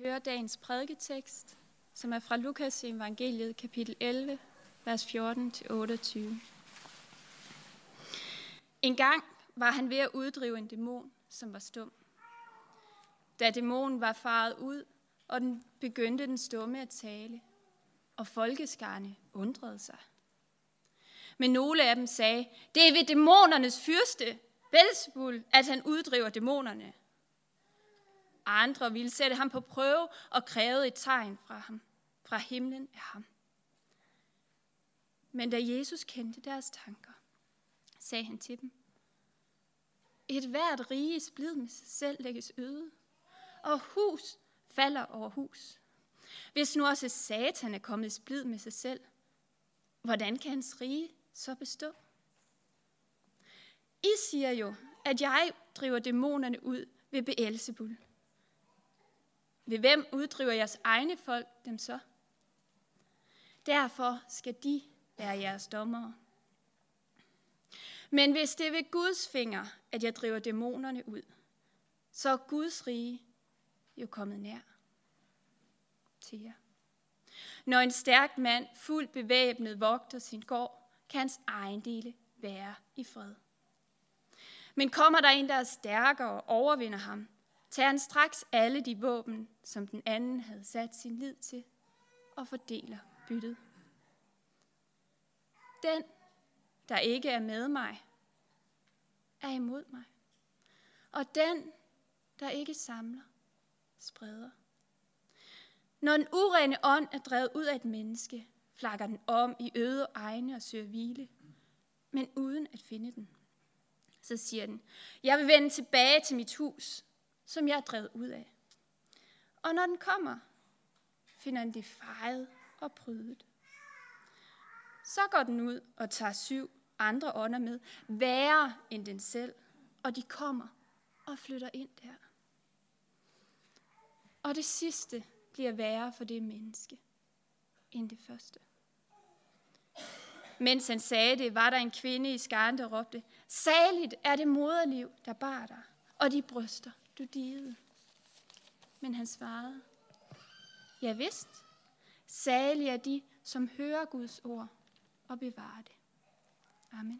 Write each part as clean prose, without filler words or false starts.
høre dagens prædiketekst, som er fra Lukas evangeliet, kapitel 11, vers 14-28. En gang var han ved at uddrive en dæmon, som var stum. Da dæmonen var faret ud, og den begyndte den stumme at tale, og folkeskarne undrede sig. Men nogle af dem sagde, det er ved dæmonernes fyrste, Belzebul, at han uddriver dæmonerne. Andre ville sætte ham på prøve og krævede et tegn fra himlen af ham. Men da Jesus kendte deres tanker, sagde han til dem, et hvert rige splid med sig selv lægges øde, og hus falder over hus. Hvis nu også Satan er kommet i splid med sig selv, hvordan kan hans rige så bestå? I siger jo, at jeg driver dæmonerne ud ved Beelzebul. Ved hvem uddriver jeres egne folk dem så? Derfor skal de være jeres dommere. Men hvis det er ved Guds finger, at jeg driver dæmonerne ud, så er Guds rige jo kommet nær til jer. Når en stærk mand fuldt bevæbnet vogter sin gård, kan hans ejendele være i fred. Men kommer der en, der er stærkere og overvinder ham, tager han straks alle de våben, som den anden havde sat sin lid til, og fordeler byttet. Den, der ikke er med mig, er imod mig. Og den, der ikke samler, spreder. Når en urene ånd er drevet ud af et menneske, flakker den om i øde egne og søger hvile, men uden at finde den. Så siger den, jeg vil vende tilbage til mit hus, som jeg er drevet ud af. Og når den kommer, finder den det fejet og prydet. Så går den ud og tager 7 andre ånder med, værre end den selv, og de kommer og flytter ind der. Og det sidste bliver værre for det menneske, end det første. Mens han sagde det, var der en kvinde i skaren, der råbte, saligt er det moderliv, der bar dig, og de bryster, du digede. Men han svarede, ja vist, salige er de, som hører Guds ord og bevarer det. Amen.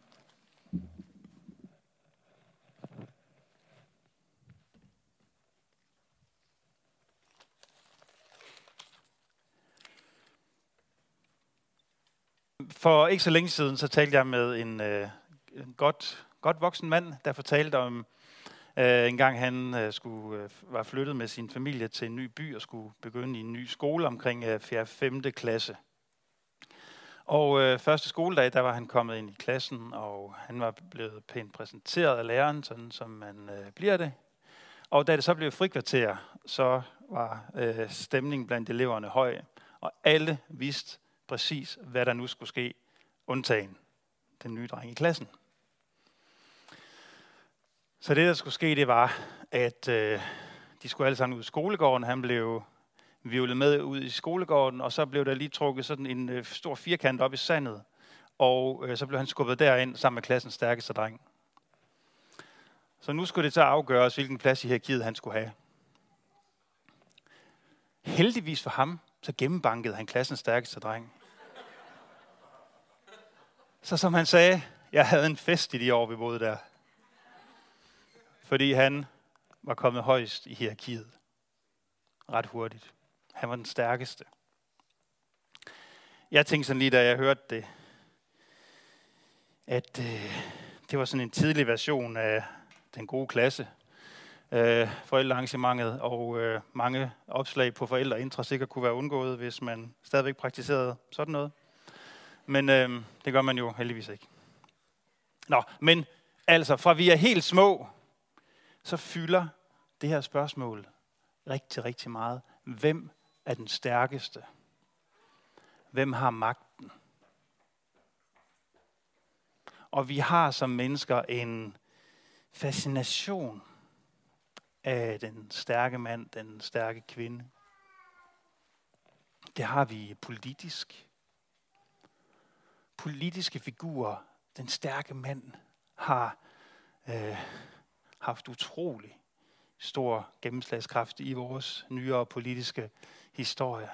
For ikke så længe siden, så talte jeg med en godt voksen mand, der fortalte om en gang han var flyttet med sin familie til en ny by og skulle begynde i en ny skole omkring 4. og 5. klasse. Og første skoledag, der var han kommet ind i klassen, og han var blevet pænt præsenteret af læreren, sådan som man bliver det. Og da det så blev frikvarter, så var stemningen blandt eleverne høj, og alle vidste præcis, hvad der nu skulle ske, undtagen den nye dreng i klassen. Så det, der skulle ske, det var, at de skulle alle sammen ud i skolegården. Han blev hvirvlet med ud i skolegården, og så blev der lige trukket sådan en stor firkant op i sandet, og så blev han skubbet derind sammen med klassens stærkeste dreng. Så nu skulle det så afgøres, hvilken plads i hierarkiet han skulle have. Heldigvis for ham, så gennembankede han klassens stærkeste dreng. Så som han sagde, jeg havde en fest i de år, vi boede der. Fordi han var kommet højst i hierarkiet. Ret hurtigt. Han var den stærkeste. Jeg tænkte sådan lige, da jeg hørte det, at det var sådan en tidlig version af den gode klasse. Forældrearrangementet og mange opslag på forældreintra sikkert kunne være undgået, hvis man stadigvæk praktiserede sådan noget. Men det gør man jo heldigvis ikke. Nå, men altså, fra vi er helt små, så fylder det her spørgsmål rigtig, rigtig meget. Hvem er den stærkeste? Hvem har magten? Og vi har som mennesker en fascination af den stærke mand, den stærke kvinde. Det har vi politisk. Politiske figurer, den stærke mand, har haft utrolig stor gennemslagskraft i vores nyere politiske historie.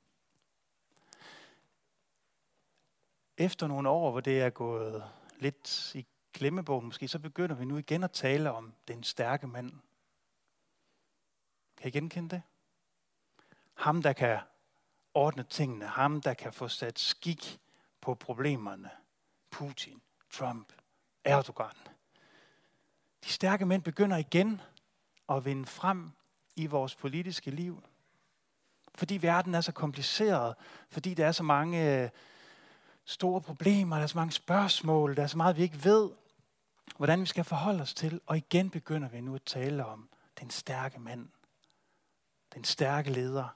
Efter nogle år, hvor det er gået lidt i glemmebogen måske, så begynder vi nu igen at tale om den stærke mand. Kan I genkende det? Ham, der kan ordne tingene. Ham, der kan få sat skik på problemerne. Putin, Trump, Erdogan. De stærke mænd begynder igen at vinde frem i vores politiske liv. Fordi verden er så kompliceret. Fordi der er så mange store problemer. Der er så mange spørgsmål. Der er så meget, vi ikke ved, hvordan vi skal forholde os til. Og igen begynder vi nu at tale om den stærke mand. Den stærke leder.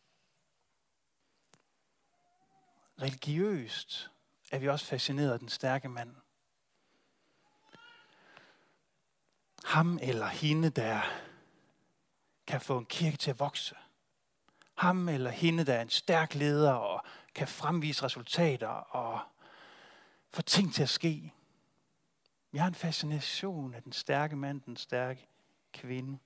Religiøst er vi også fascineret af den stærke mand. Ham eller hende, der kan få en kirke til at vokse. Ham eller hende, der er en stærk leder og kan fremvise resultater og få ting til at ske. Vi har en fascination af den stærke mand, den stærke kvinde.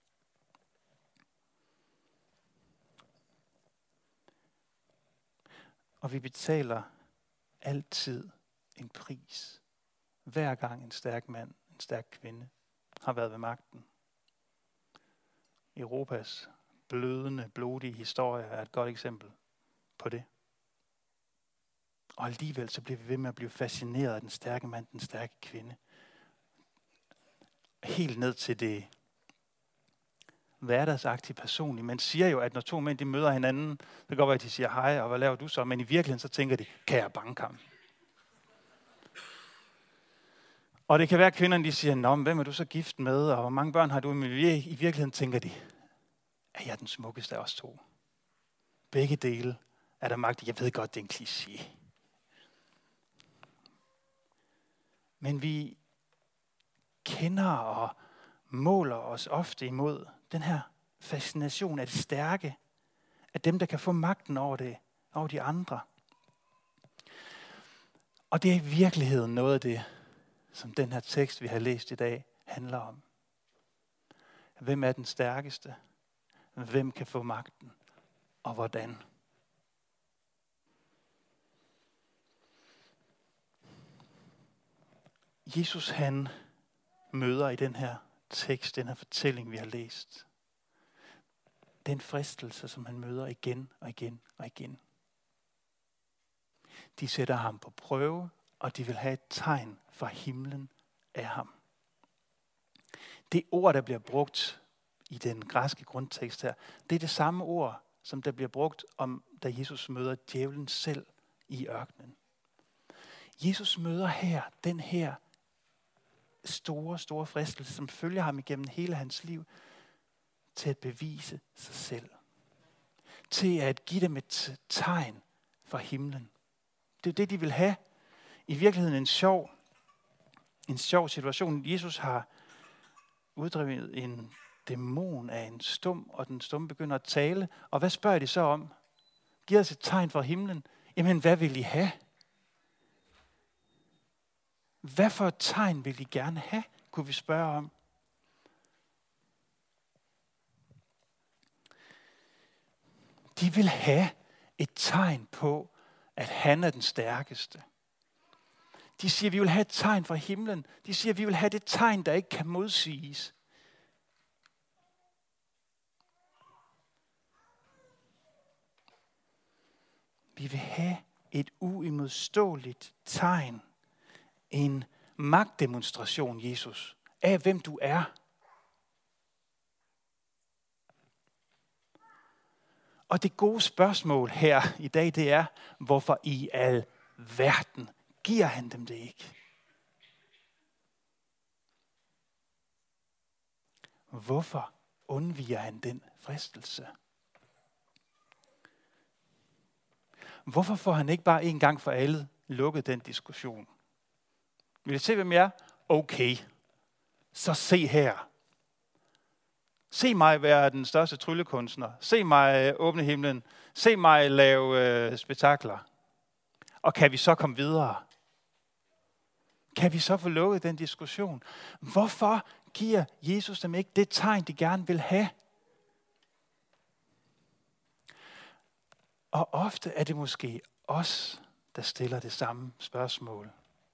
Og vi betaler altid en pris. Hver gang en stærk mand, en stærk kvinde har været ved magten. Europas blødende, blodige historie er et godt eksempel på det. Og alligevel så bliver vi ved med at blive fascineret af den stærke mand, den stærke kvinde. Helt ned til det hverdagsagtige personlige. Man siger jo, at når to mænd de møder hinanden, det kan godt være, at de siger hej, og hvad laver du så? Men i virkeligheden så tænker de, kan jeg banke ham? Og det kan være, at kvinderne de siger, nå, hvem er du så gift med, og hvor mange børn har du? Men i virkeligheden tænker de, er jeg den smukkeste af os to? Begge dele er der magt. Jeg ved godt, det er en kliché. Men vi kender og måler os ofte imod den her fascination af det stærke, af dem, der kan få magten over de andre. Og det er i virkeligheden noget af det, som den her tekst, vi har læst i dag, handler om. Hvem er den stærkeste? Hvem kan få magten? Og hvordan? Jesus han møder i den her tekst, den her fortælling, vi har læst. Den fristelse, som han møder igen og igen og igen. De sætter ham på prøve, og de vil have et tegn fra himlen af ham. Det ord, der bliver brugt i den græske grundtekst her, det er det samme ord, som der bliver brugt om, da Jesus møder djævlen selv i ørkenen. Jesus møder her den her store fristelse, som følger ham igennem hele hans liv, til at bevise sig selv. Til at give dem et tegn fra himlen. Det er det, de vil have. I virkeligheden en sjov situation. Jesus har uddrevet en dæmon af en stum, og den stum begynder at tale. Og hvad spørger de så om? Giv os et tegn fra himlen. Jamen, hvad vil I have? Hvad for et tegn vil I gerne have, kunne vi spørge om. De vil have et tegn på, at han er den stærkeste. De siger, vi vil have et tegn fra himlen. De siger, vi vil have det tegn, der ikke kan modsiges. Vi vil have et uimodståeligt tegn. En magtdemonstration, Jesus, af hvem du er. Og det gode spørgsmål her i dag, det er, hvorfor i al verden giver han dem det ikke? Hvorfor undviger han den fristelse? Hvorfor får han ikke bare en gang for alle lukket den diskussion? Vil I se, hvem jeg er? Okay, så se her. Se mig være den største tryllekunstner. Se mig åbne himlen. Se mig lave spektakler. Og kan vi så komme videre? Kan vi så få lukket den diskussion? Hvorfor giver Jesus dem ikke det tegn, de gerne vil have. Og ofte er det måske os, der stiller det samme spørgsmål.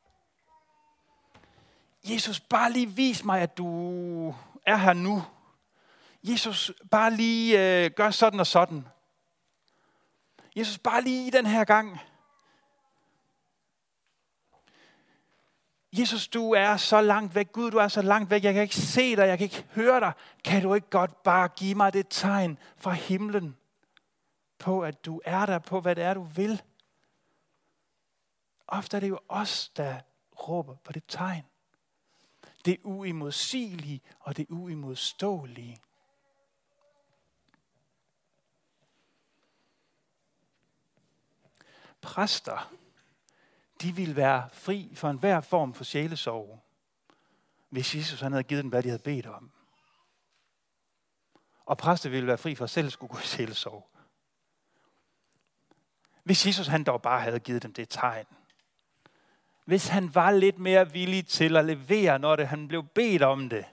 Jesus, bare lige vis mig, at du er her nu. Jesus, bare lige gør sådan og sådan. Jesus, bare lige den her gang. Jesus, du er så langt væk. Gud, du er så langt væk. Jeg kan ikke se dig. Jeg kan ikke høre dig. Kan du ikke godt bare give mig det tegn fra himlen på, at du er der, på hvad det er, du vil? Ofte er det jo os, der råber på det tegn. Det uimodsigelige og det uimodståelige. Præster, de ville være fri for enhver form for sjælesorg, hvis Jesus han havde givet dem, hvad de havde bedt om. Og præster ville være fri for at selv skulle gå i sjælesorg. Hvis Jesus han dog bare havde givet dem det tegn. Hvis han var lidt mere villig til at levere, når han blev bedt om det.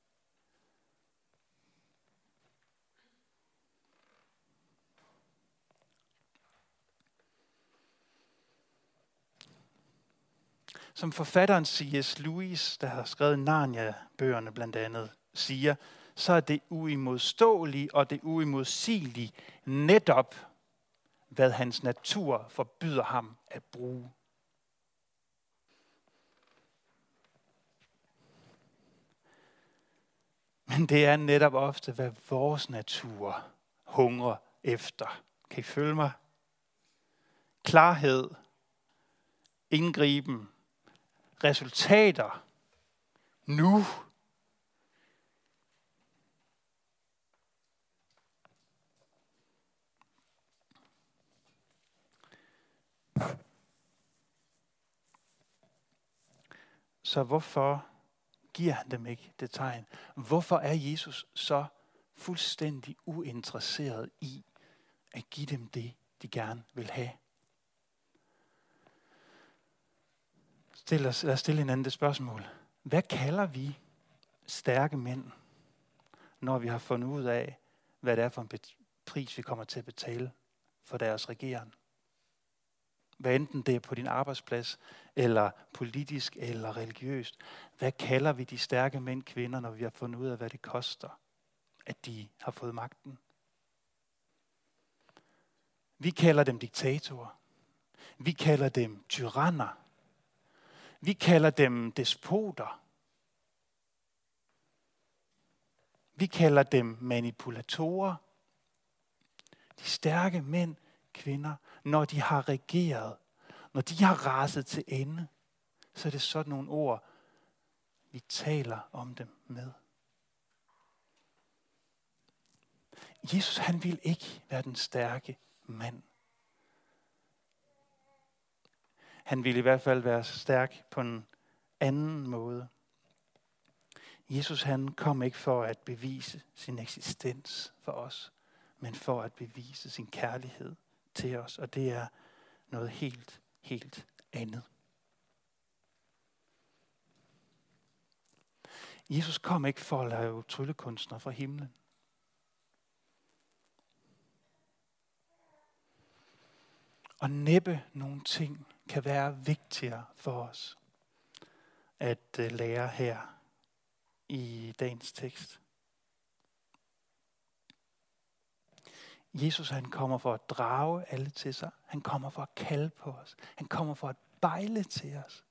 Som forfatteren C.S. Lewis, der har skrevet Narnia-bøgerne blandt andet, siger, så er det uimodståelige og det uimodsigelige netop, hvad hans natur forbyder ham at bruge. Men det er netop ofte, hvad vores natur hungrer efter. Kan I følge mig? Klarhed, indgriben, resultater, nu. Så hvorfor giver han dem ikke det tegn? Hvorfor er Jesus så fuldstændig uinteresseret i at give dem det, de gerne vil have? Lad os stille hinanden det spørgsmål. Hvad kalder vi stærke mænd, når vi har fundet ud af, hvad det er for en pris, vi kommer til at betale for deres regeren? Hvad enten det er på din arbejdsplads, eller politisk, eller religiøst. Hvad kalder vi de stærke mænd, kvinder, når vi har fundet ud af, hvad det koster, at de har fået magten? Vi kalder dem diktatorer. Vi kalder dem tyranner. Vi kalder dem despoter. Vi kalder dem manipulatorer. De stærke mænd, kvinder, når de har regeret, når de har raset til ende, så er det sådan nogle ord, vi taler om dem med. Jesus, han vil ikke være den stærke mand. Han ville i hvert fald være stærk på en anden måde. Jesus, han kom ikke for at bevise sin eksistens for os, men for at bevise sin kærlighed til os, og det er noget helt, helt andet. Jesus kom ikke for at lave tryllekunstner fra himlen. Og næppe nogle ting kan være vigtigere for os at lære her i dagens tekst. Jesus, han kommer for at drage alle til sig. Han kommer for at kalde på os. Han kommer for at bejle til os.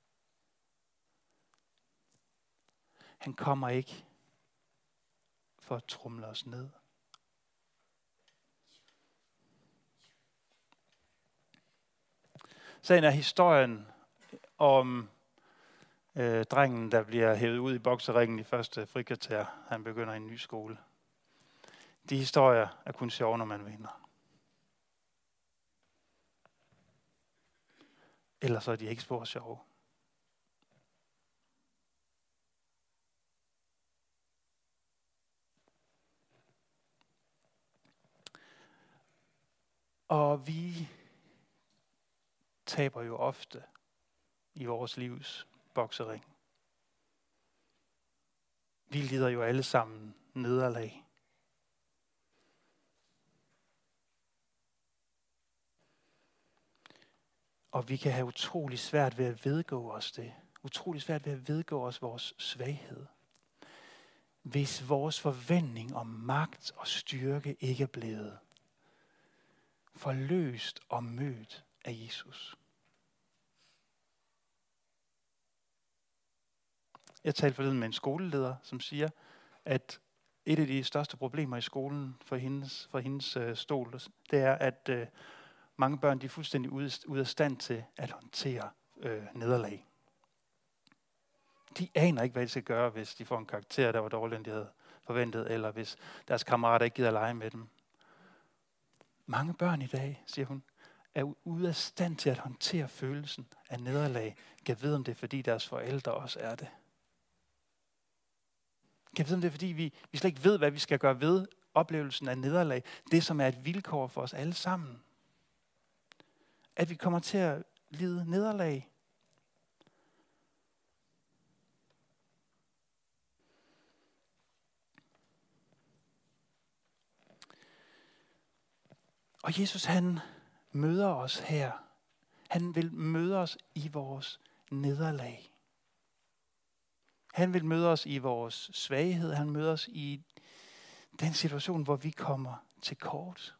Han kommer ikke for at tromle os ned. Sagen er historien om drengen, der bliver hævet ud i bokseringen i første frikvarter. Han begynder i en ny skole. De historier er kun sjove, når man vinder. Ellers er de ikke spor sjove. Og vi taber jo ofte i vores livs boksering. Vi lider jo alle sammen nederlag. Og vi kan have utrolig svært ved at vedgå os det. Utrolig svært ved at vedgå os vores svaghed. Hvis vores forventning om magt og styrke ikke er blevet forløst og mødt af Jesus. Jeg talte forleden med en skoleleder, som siger, at et af de største problemer i skolen for hendes stol, det er, at mange børn de er fuldstændig ude af stand til at håndtere nederlag. De aner ikke, hvad de skal gøre, hvis de får en karakter, der var dårligere, end de havde forventet, eller hvis deres kammerater ikke gider lege med dem. Mange børn i dag, siger hun, er ude af stand til at håndtere følelsen af nederlag. Kan vide, om det er, fordi deres forældre også er det. Kan vide, om det er, fordi vi slet ikke ved, hvad vi skal gøre ved oplevelsen af nederlag. Det, som er et vilkår for os alle sammen. At vi kommer til at lide nederlag. Og Jesus, han møder os her. Han vil møde os i vores nederlag. Han vil møde os i vores svaghed. Han møder os i den situation, hvor vi kommer til kort.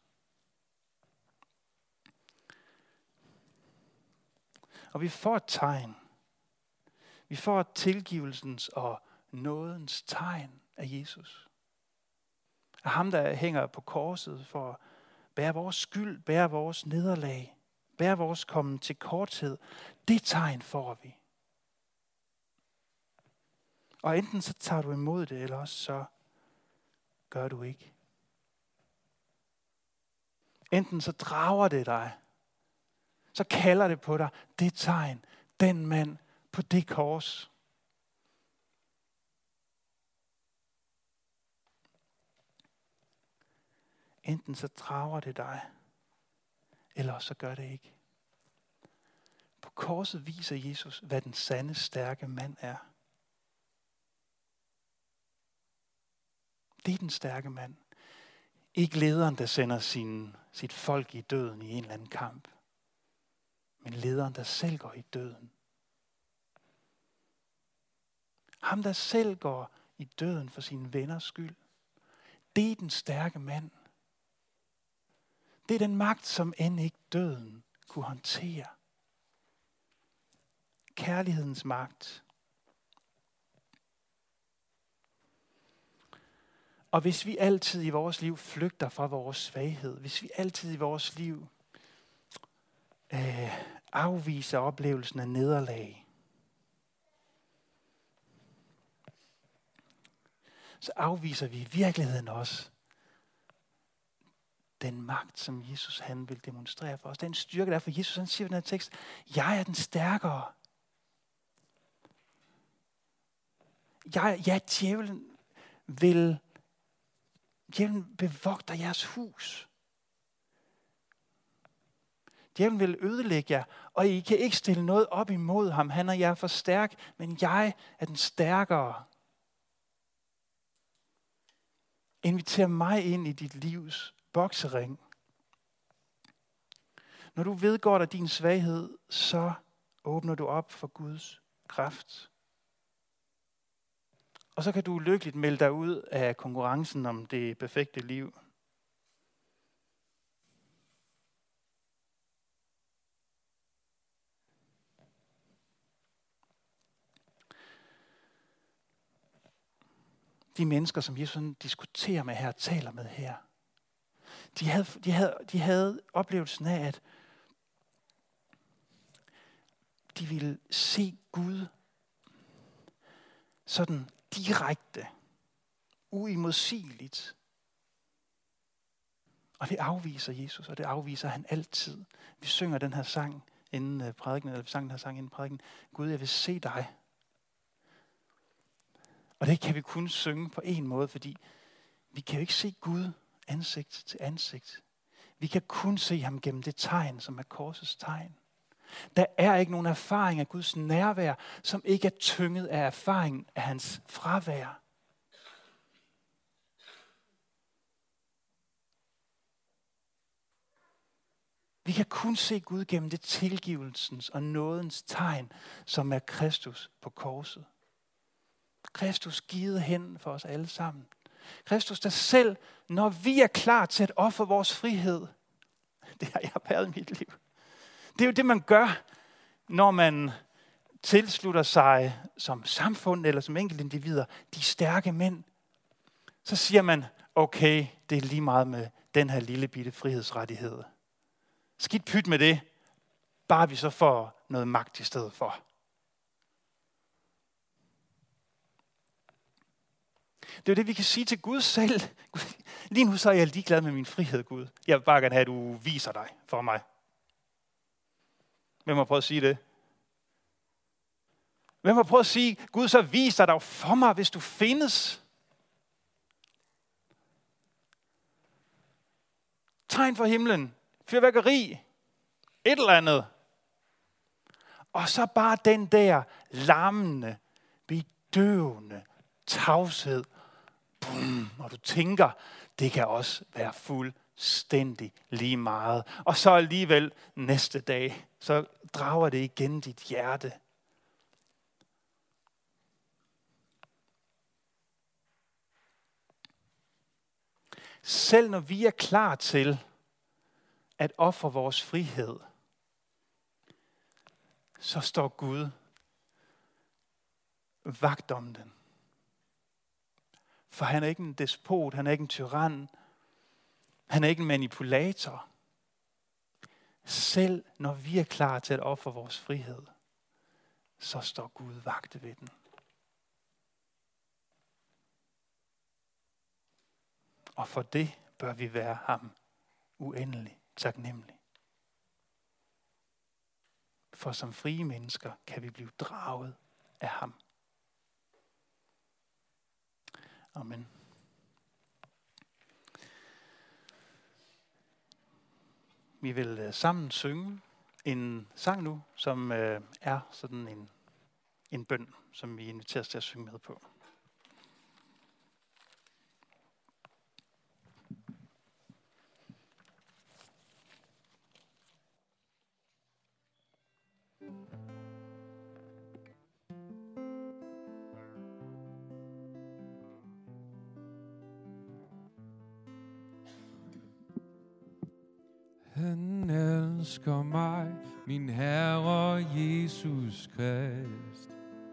Og vi får et tegn. Vi får et tilgivelsens og nådens tegn af Jesus. Af ham, der hænger på korset for at bære vores skyld, bære vores nederlag, bære vores kommen til korthed. Det tegn får vi. Og enten så tager du imod det, eller også så gør du ikke. Enten så drager det dig, så kalder det på dig, det tegn, den mand på det kors. Enten så drager det dig, eller så gør det ikke. På korset viser Jesus, hvad den sande, stærke mand er. Det er den stærke mand. Ikke lederen, der sender sit folk i døden i en eller anden kamp. Men lederen, der selv går i døden. Ham, der selv går i døden for sine venners skyld. Det er den stærke mand. Det er den magt, som end ikke døden kunne håndtere. Kærlighedens magt. Og hvis vi altid i vores liv flygter fra vores svaghed, hvis vi altid i vores liv afviser oplevelsen af nederlag, så afviser vi i virkeligheden også den magt, som Jesus han vil demonstrere for os. Den styrke, der er for Jesus. Han siger i den her tekst, jeg er den stærkere. Djævlen bevogter jeres hus. Djævlen vil ødelægge jer, og I kan ikke stille noget op imod ham. Han er jer for stærk, men jeg er den stærkere. Inviter mig ind i dit livs boksering. Når du vedgår dig din svaghed, så åbner du op for Guds kraft. Og så kan du lykkeligt melde dig ud af konkurrencen om det perfekte liv. De mennesker, som Jesus diskuterer med her, taler med her, de havde oplevelsen af, at de ville se Gud sådan direkte, uimodsigeligt. Og det afviser Jesus, og det afviser han altid. Vi synger den her sang inden prædiken, eller vi sang den her sang inden prædiken. Gud, jeg vil se dig. Og det kan vi kun synge på en måde, fordi vi kan jo ikke se Gud ansigt til ansigt. Vi kan kun se ham gennem det tegn, som er korsets tegn. Der er ikke nogen erfaring af Guds nærvær, som ikke er tynget af erfaringen af hans fravær. Vi kan kun se Gud gennem det tilgivelsens og nådens tegn, som er Kristus på korset. Kristus givet hen for os alle sammen. Kristus, der selv, når vi er klar til at ofre vores frihed, det har jeg været i mit liv. Det er jo det, man gør, når man tilslutter sig som samfund eller som enkeltindivider de stærke mænd. Så siger man, okay, det er lige meget med den her lille bitte frihedsrettighed. Skidt pyt med det, bare vi så får noget magt i stedet for. Det er jo det, vi kan sige til Gud selv. Lige nu så er jeg ligeglad med min frihed, Gud. Jeg vil bare gerne have, at du viser dig for mig. Hvem har prøvet at sige det? Hvem har prøvet at sige, Gud, så vis dig for mig, hvis du findes? Tegn for himlen, fyrværkeri, et eller andet. Og så bare den der larmende, bedøvende tavshed. Bum, og du tænker, det kan også være fuldstændig lige meget. Og så alligevel næste dag, så drager det igen dit hjerte. Selv når vi er klar til at ofre vores frihed, så står Gud vagt om den. For han er ikke en despot, han er ikke en tyran, han er ikke en manipulator. Selv når vi er klar til at ofre vores frihed, så står Gud vagt ved den. Og for det bør vi være ham uendelig taknemmelig. For som frie mennesker kan vi blive draget af ham. Amen. Vi vil sammen synge en sang nu, som er sådan en bøn, som vi inviteres til at synge med på. Han elsker mig, min Herre Jesus Krist.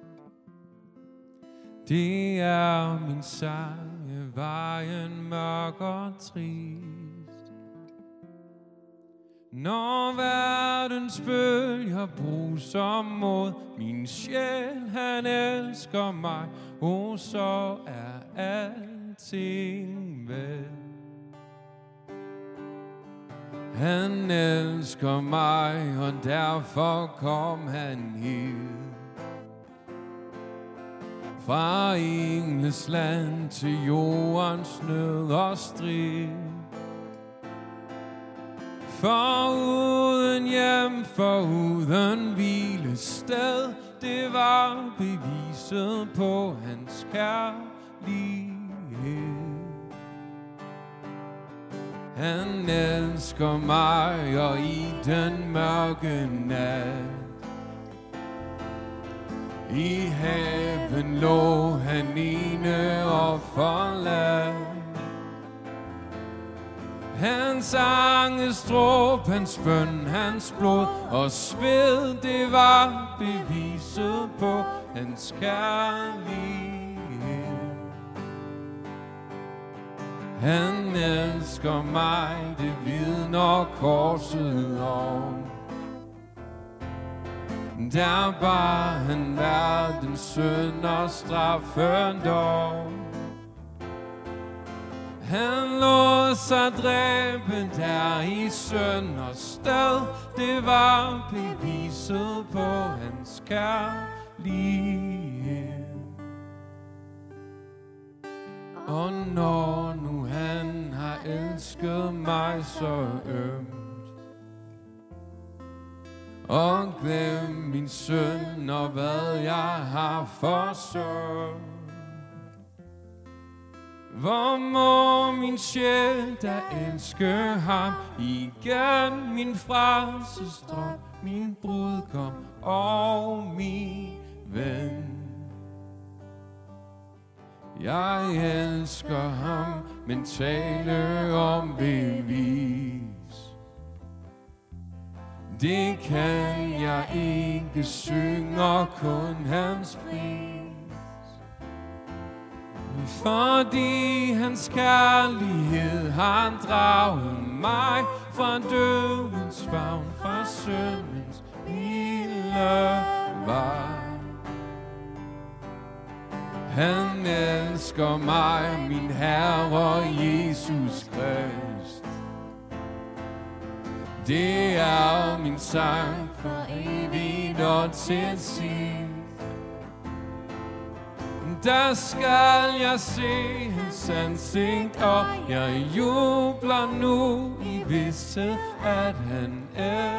Det er min sang, vejen mørk og trist. Når verdens bølger bruser mod min sjæl, han elsker mig, og så er alting vel. Han elsker mig, og derfor kom han hit. Fra engles land til jordens nød og strid. Foruden hjem, foruden hvilested, det var beviset på hans kærlighed. Han elsker mig, og i den mørke nat i haven lå han ene og forladt. Hans angestrå, hans bøn, hans blod og sved, det var beviset på hans kærlighed. Han elsker mig, det vidner korset om. Der bar han verdens synd og straffen dog. Han lod sig dræbe der i synd og sted. Det var beviset på hans kærlighed. Og når nu han har elsket mig så ømt, og glem min synd og hvad jeg har forsømt, Hvor må min sjæl da elske ham igen, min frelsesdrøm, min brudgom og min ven. Jeg elsker ham, men tale om bevis. Det kan jeg ikke, synger kun hans pris. Fordi hans kærlighed har draget mig fra dødens favn, fra syndens milde vej. Han elsker mig, min Herre Jesus Krist. Det er min sang for evigt og til sidst. Der skal jeg se hans ansigt, og jeg jubler nu i vished, at han